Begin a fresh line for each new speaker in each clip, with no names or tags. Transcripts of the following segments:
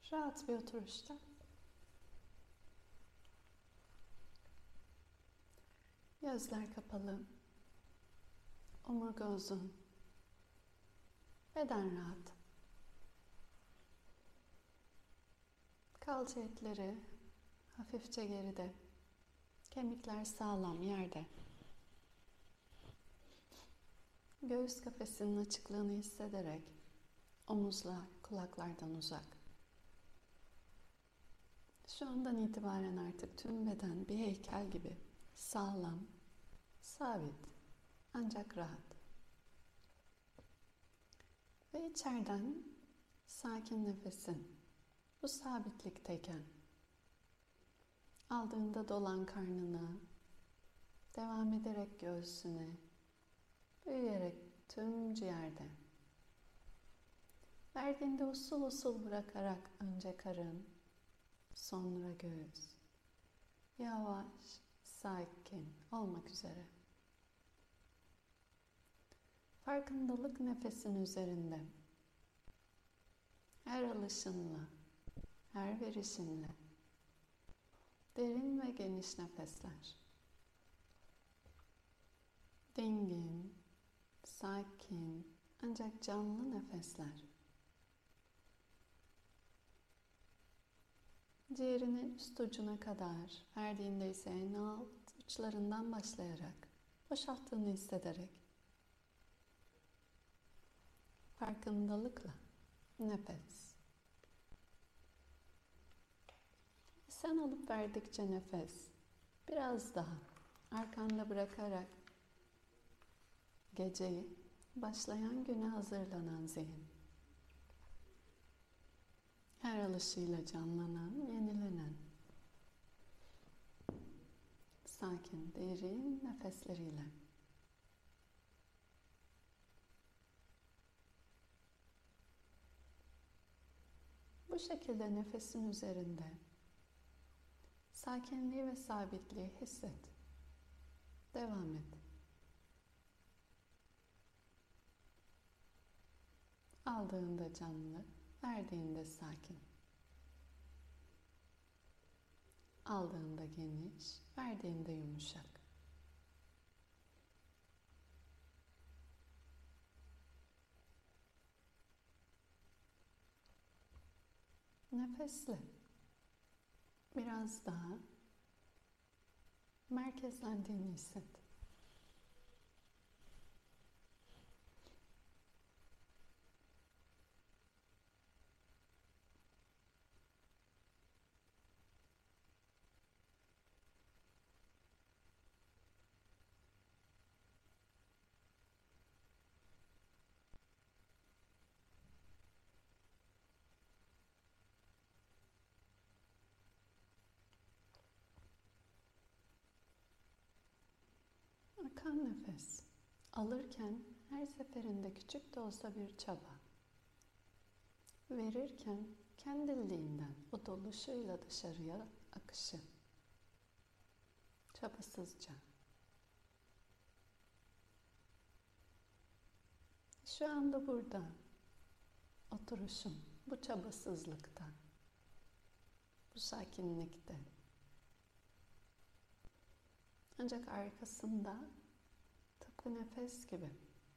Rahat bir oturuşta. Gözler kapalı. Omurga uzun. Beden rahat. Kalça etleri hafifçe geride. Kemikler sağlam yerde. Göğüs kafesinin açıklığını hissederek omuzlar kulaklardan uzak. Şu andan itibaren artık tüm beden bir heykel gibi sağlam, sabit ancak rahat. Ve içeriden sakin nefesin bu sabitlikteyken aldığında dolan karnına, devam ederek göğsüne, büyüyerek tüm ciğerde. Verdiğinde usul usul bırakarak önce karın, sonra göğüs. Yavaş, sakin olmak üzere. Farkındalık nefesin üzerinde. Her alışınla, her verişinle derin ve geniş nefesler. Dingin, sakin ancak canlı nefesler. Ciğerinin üst ucuna kadar, verdiğinde ise en alt uçlarından başlayarak, boşalttığını hissederek, farkındalıkla nefes. Sen alıp verdikçe nefes, biraz daha arkanda bırakarak geceyi, başlayan güne hazırlanan zihin. Her alışıyla canlanan, yenilenen, sakin, derin nefesleriyle. Bu şekilde nefesin üzerinde sakinliği ve sabitliği hisset. Devam et. Aldığında canlı, verdiğinde sakin. Aldığında geniş, verdiğinde yumuşak. Nefesle biraz daha merkezlendiğini hisset. Akan nefes. Alırken her seferinde küçük de olsa bir çaba. Verirken kendiliğinden o doluşuyla dışarıya akışı. Çabasızca. Şu anda burada, oturuşum, bu çabasızlıkta, bu sakinlikte. Ancak arkasında tıpkı nefes gibi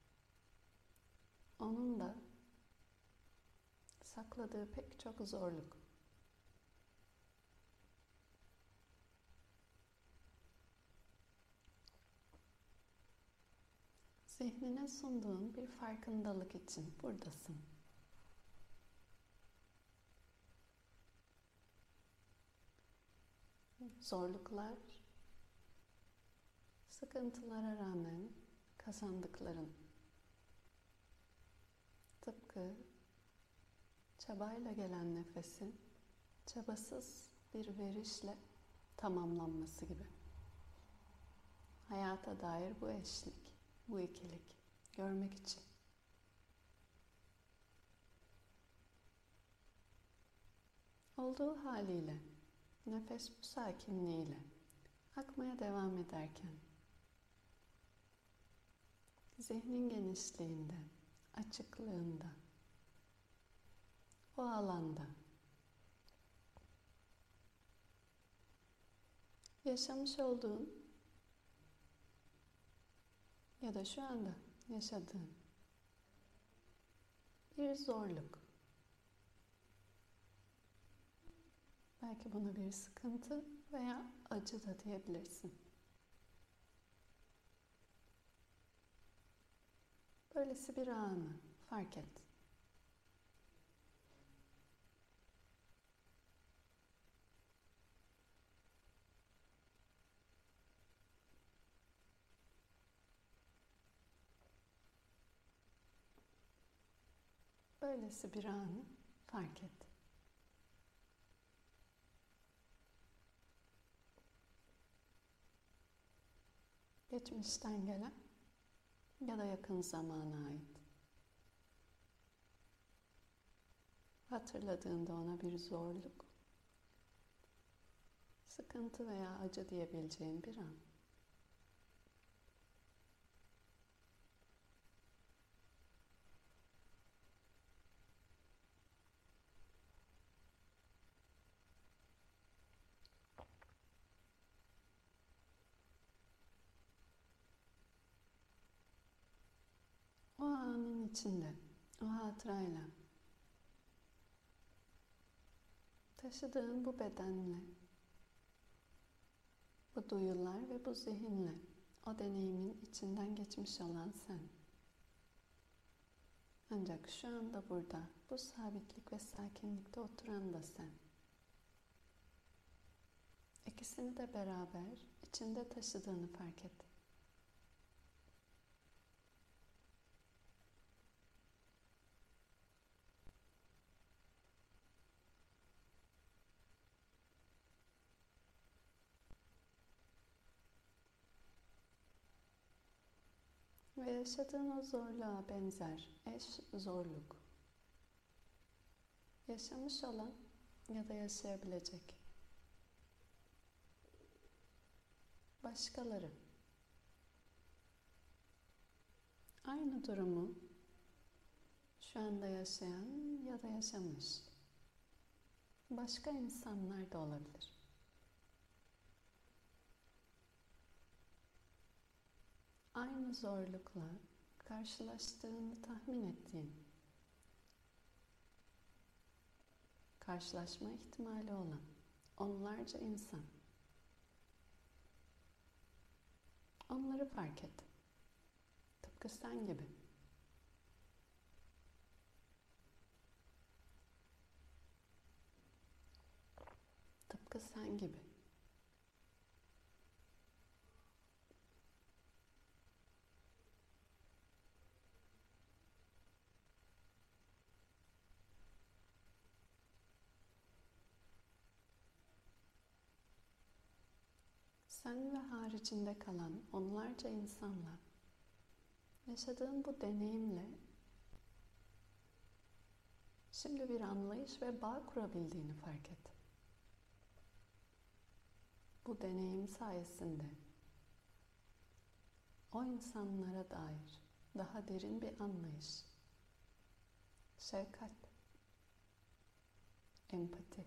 onun da sakladığı pek çok zorluk. Zihnine sunduğun bir farkındalık için buradasın. Zorluklar, sıkıntılara rağmen kazandıkların. Tıpkı çabayla gelen nefesin çabasız bir verişle tamamlanması gibi. Hayata dair bu eşlik, bu ikilik görmek için. Olduğu haliyle, nefes bu sakinliğiyle akmaya devam ederken, zihnin genişliğinde, açıklığında, o alanda Yaşamış olduğun ya da şu anda yaşadığın bir zorluk, belki buna bir sıkıntı veya acı da diyebilirsin. Böylesi bir anı fark et. Böylesi bir anı fark et. Geçmişten gelen ya da yakın zamana ait. Hatırladığında ona bir zorluk, sıkıntı veya acı diyebileceğin bir an. O anın içinde, o hatırayla, taşıdığın bu bedenle, bu duyular ve bu zihinle, o deneyimin içinden geçmiş olan sen. Ancak şu anda burada, bu sabitlik ve sakinlikte oturan da sen. İkisini de beraber içinde taşıdığını fark et. Ve yaşadığın o zorluğa benzer eş zorluk, yaşamış olan ya da yaşayabilecek başkaları aynı durumu şu anda yaşayan ya da yaşamış başka insanlar da olabilir. Aynı zorlukla karşılaştığını tahmin ettiğin, karşılaşma ihtimali olan onlarca insan. Onları fark et. Tıpkı sen gibi. Tıpkı sen gibi. Sen ve haricinde kalan onlarca insanla yaşadığın bu deneyimle şimdi bir anlayış ve bağ kurabildiğini fark et. Bu deneyim sayesinde o insanlara dair daha derin bir anlayış, şefkat, empati,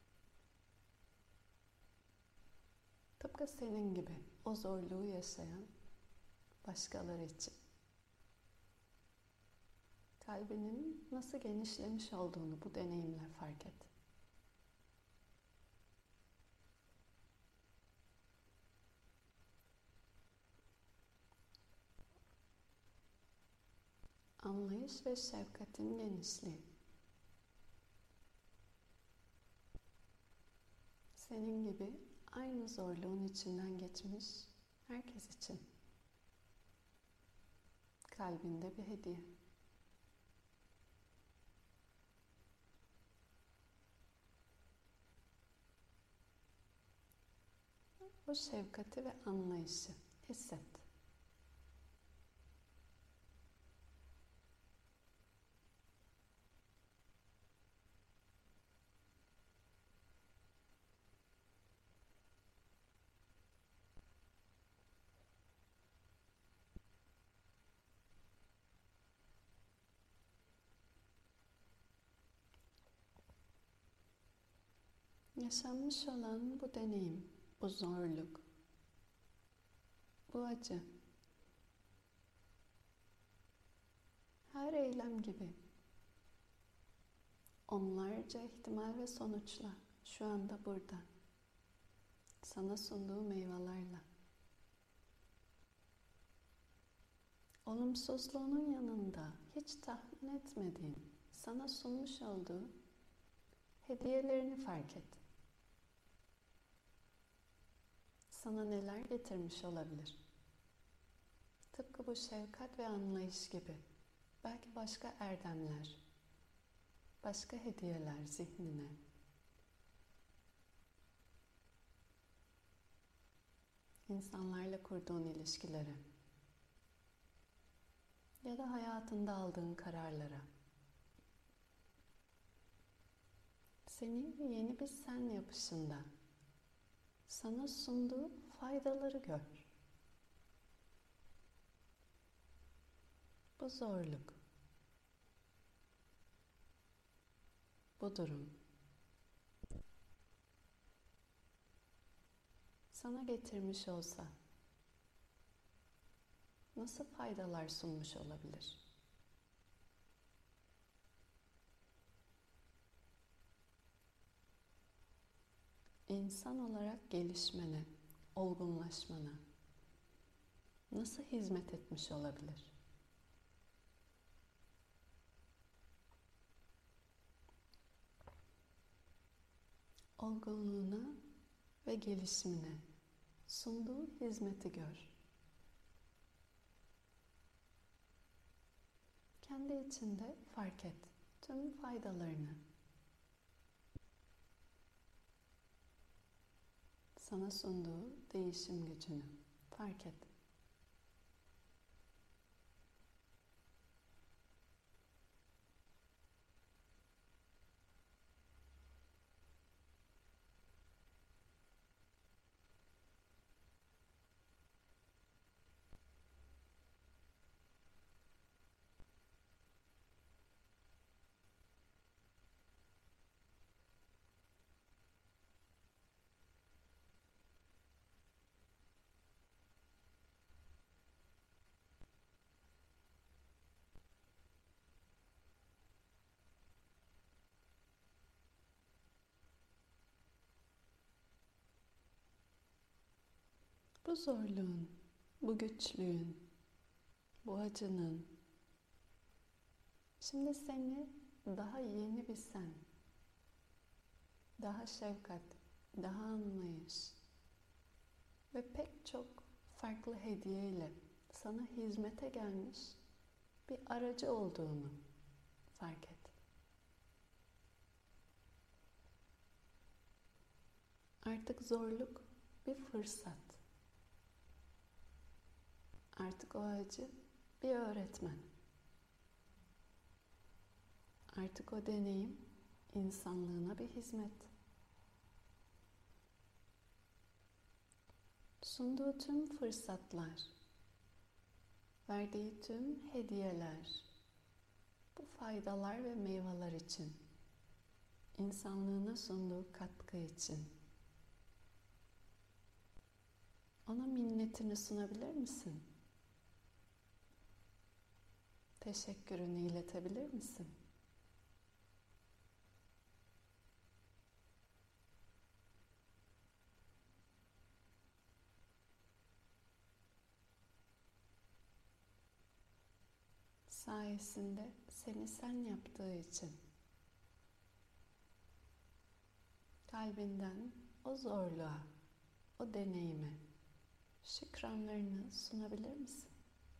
tıpkı senin gibi o zorluğu yaşayan başkaları için kalbinin nasıl genişlemiş olduğunu bu deneyimle fark et. Anlayış ve şefkatin genişliği. Senin gibi aynı zorluğun içinden geçmiş herkes için kalbinde bir hediye. O şefkati ve anlayışı hisset. Yaşanmış olan bu deneyim bu zorluk, bu acı, her eylem gibi onlarca ihtimal ve sonuçla şu anda burada, sana sunduğu meyvelerle. Olumsuzluğunun yanında hiç tahmin etmediğin, sana sunmuş olduğu hediyelerini fark et. Sana neler getirmiş olabilir? Tıpkı bu şefkat ve anlayış gibi. Belki başka erdemler, başka hediyeler zihnine. İnsanlarla kurduğun ilişkilere ya da hayatında aldığın kararlara. Seni yeni bir sen yapışında sana sunduğu faydaları gör. Bu zorluk, bu durum sana getirmiş olsa nasıl faydalar sunmuş olabilir? İnsan olarak gelişmene, olgunlaşmana nasıl hizmet etmiş olabilir? Olgunluğuna ve gelişimine sunduğu hizmeti gör. Kendi içinde fark et tüm faydalarını. Sana sunduğu değişim gücünü fark et. Bu zorluğun, bu güçlüğün, bu acının şimdi seni daha yeni bir sen, daha şefkat, daha anlayış ve pek çok farklı hediyeyle sana hizmete gelmiş bir aracı olduğunu fark et. Artık zorluk bir fırsat. Artık o acı bir öğretmen. Artık o deneyim insanlığına bir hizmet. Sunduğu tüm fırsatlar, verdiği tüm hediyeler, bu faydalar ve meyveler için, insanlığına sunduğu katkı için. Ona minnetini sunabilir misin? Teşekkürünü iletebilir misin? Sayesinde seni sen yaptığı için kalbinden o zorluğa, o deneyime şükranlarını sunabilir misin?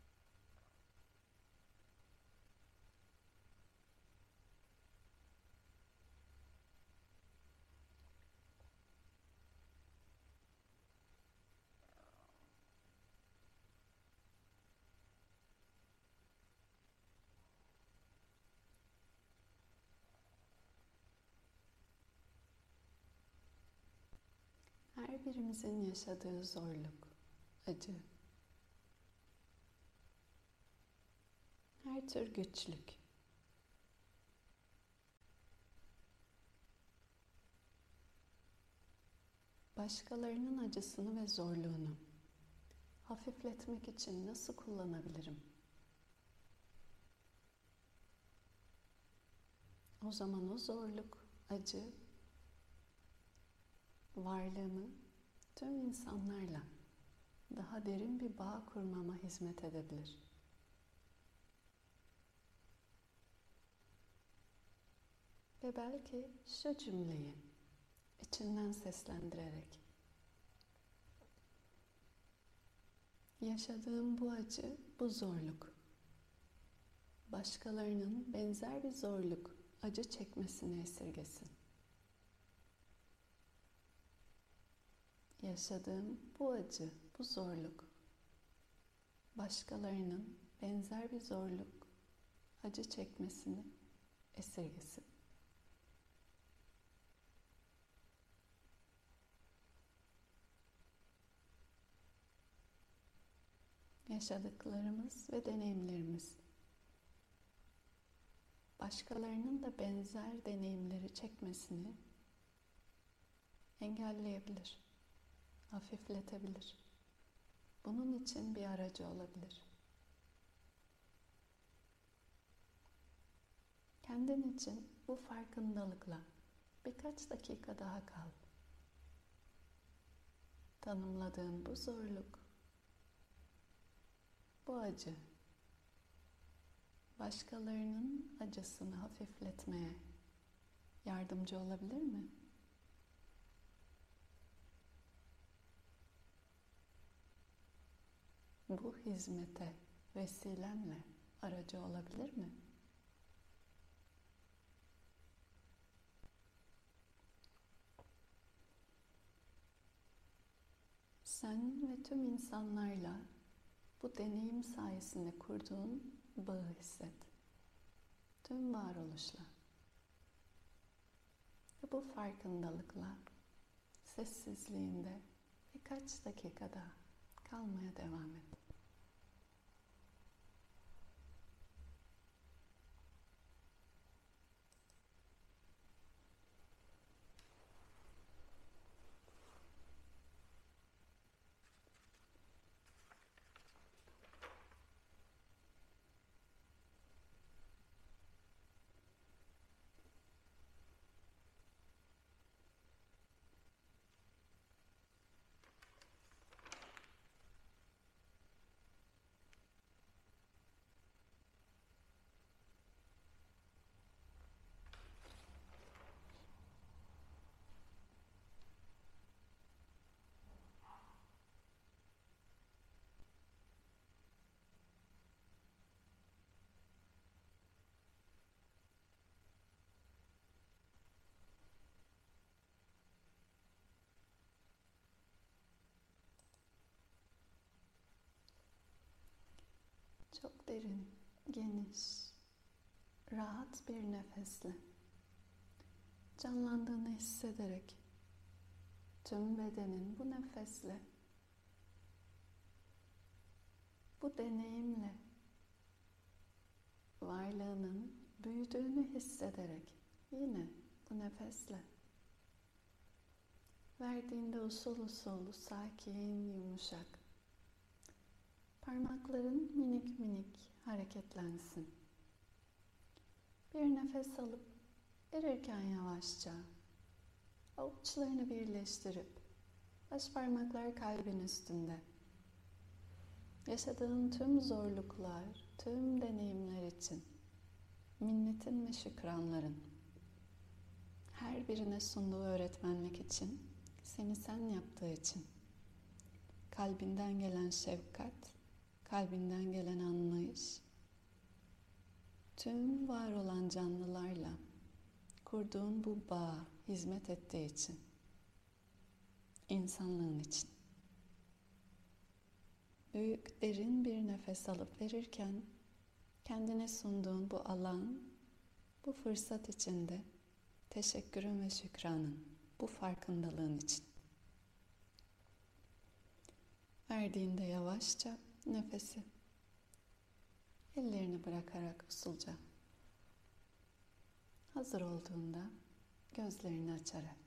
Her birimizin yaşadığı zorluk, acı, her tür güçlük, başkalarının acısını ve zorluğunu hafifletmek için nasıl kullanabilirim? O zaman o zorluk, acı, varlığımı tüm insanlarla daha derin bir bağ kurmama hizmet edebilir. Ve belki şu cümleyi içinden seslendirerek: yaşadığım bu acı, bu zorluk, başkalarının benzer bir zorluk, acı çekmesini esirgesin. Yaşadığım bu acı, bu zorluk, başkalarının benzer bir zorluk, acı çekmesini esirgesin. Yaşadıklarımız ve deneyimlerimiz başkalarının da benzer deneyimleri çekmesini engelleyebilir, hafifletebilir. Bunun için bir aracı olabilir. Kendin için bu farkındalıkla birkaç dakika daha kal. Tanımladığın bu zorluk, bu acı, başkalarının acısını hafifletmeye yardımcı olabilir mi? Bu hizmete vesilenle aracı olabilir mi? Sen ve tüm insanlarla bu deneyim sayesinde kurduğun bağı hisset. Tüm varoluşla. Ve bu farkındalıkla sessizliğinde birkaç dakika daha kalmaya devam et. Çok derin, geniş, rahat bir nefesle canlandığını hissederek tüm bedenin bu nefesle, bu deneyimle varlığının büyüdüğünü hissederek yine bu nefesle verdiğinde usul usul, sakin, yumuşak parmakların minik minik hareketlensin. Bir nefes alıp verirken yavaşça avuçlarını birleştirip baş parmaklar kalbin üstünde. Yaşadığın tüm zorluklar, tüm deneyimler için minnetin ve şükranların, her birine sunduğu öğretmenlik için, seni sen yaptığı için, kalbinden gelen şefkat, kalbinden gelen anlayış, tüm var olan canlılarla kurduğun bu bağa hizmet ettiği için, insanlığın için. Büyük, derin bir nefes alıp verirken kendine sunduğun bu alan, bu fırsat içinde teşekkürün ve şükranın, bu farkındalığın için. Verdiğinde yavaşça nefesi ellerini bırakarak usulca, hazır olduğunda gözlerini açarak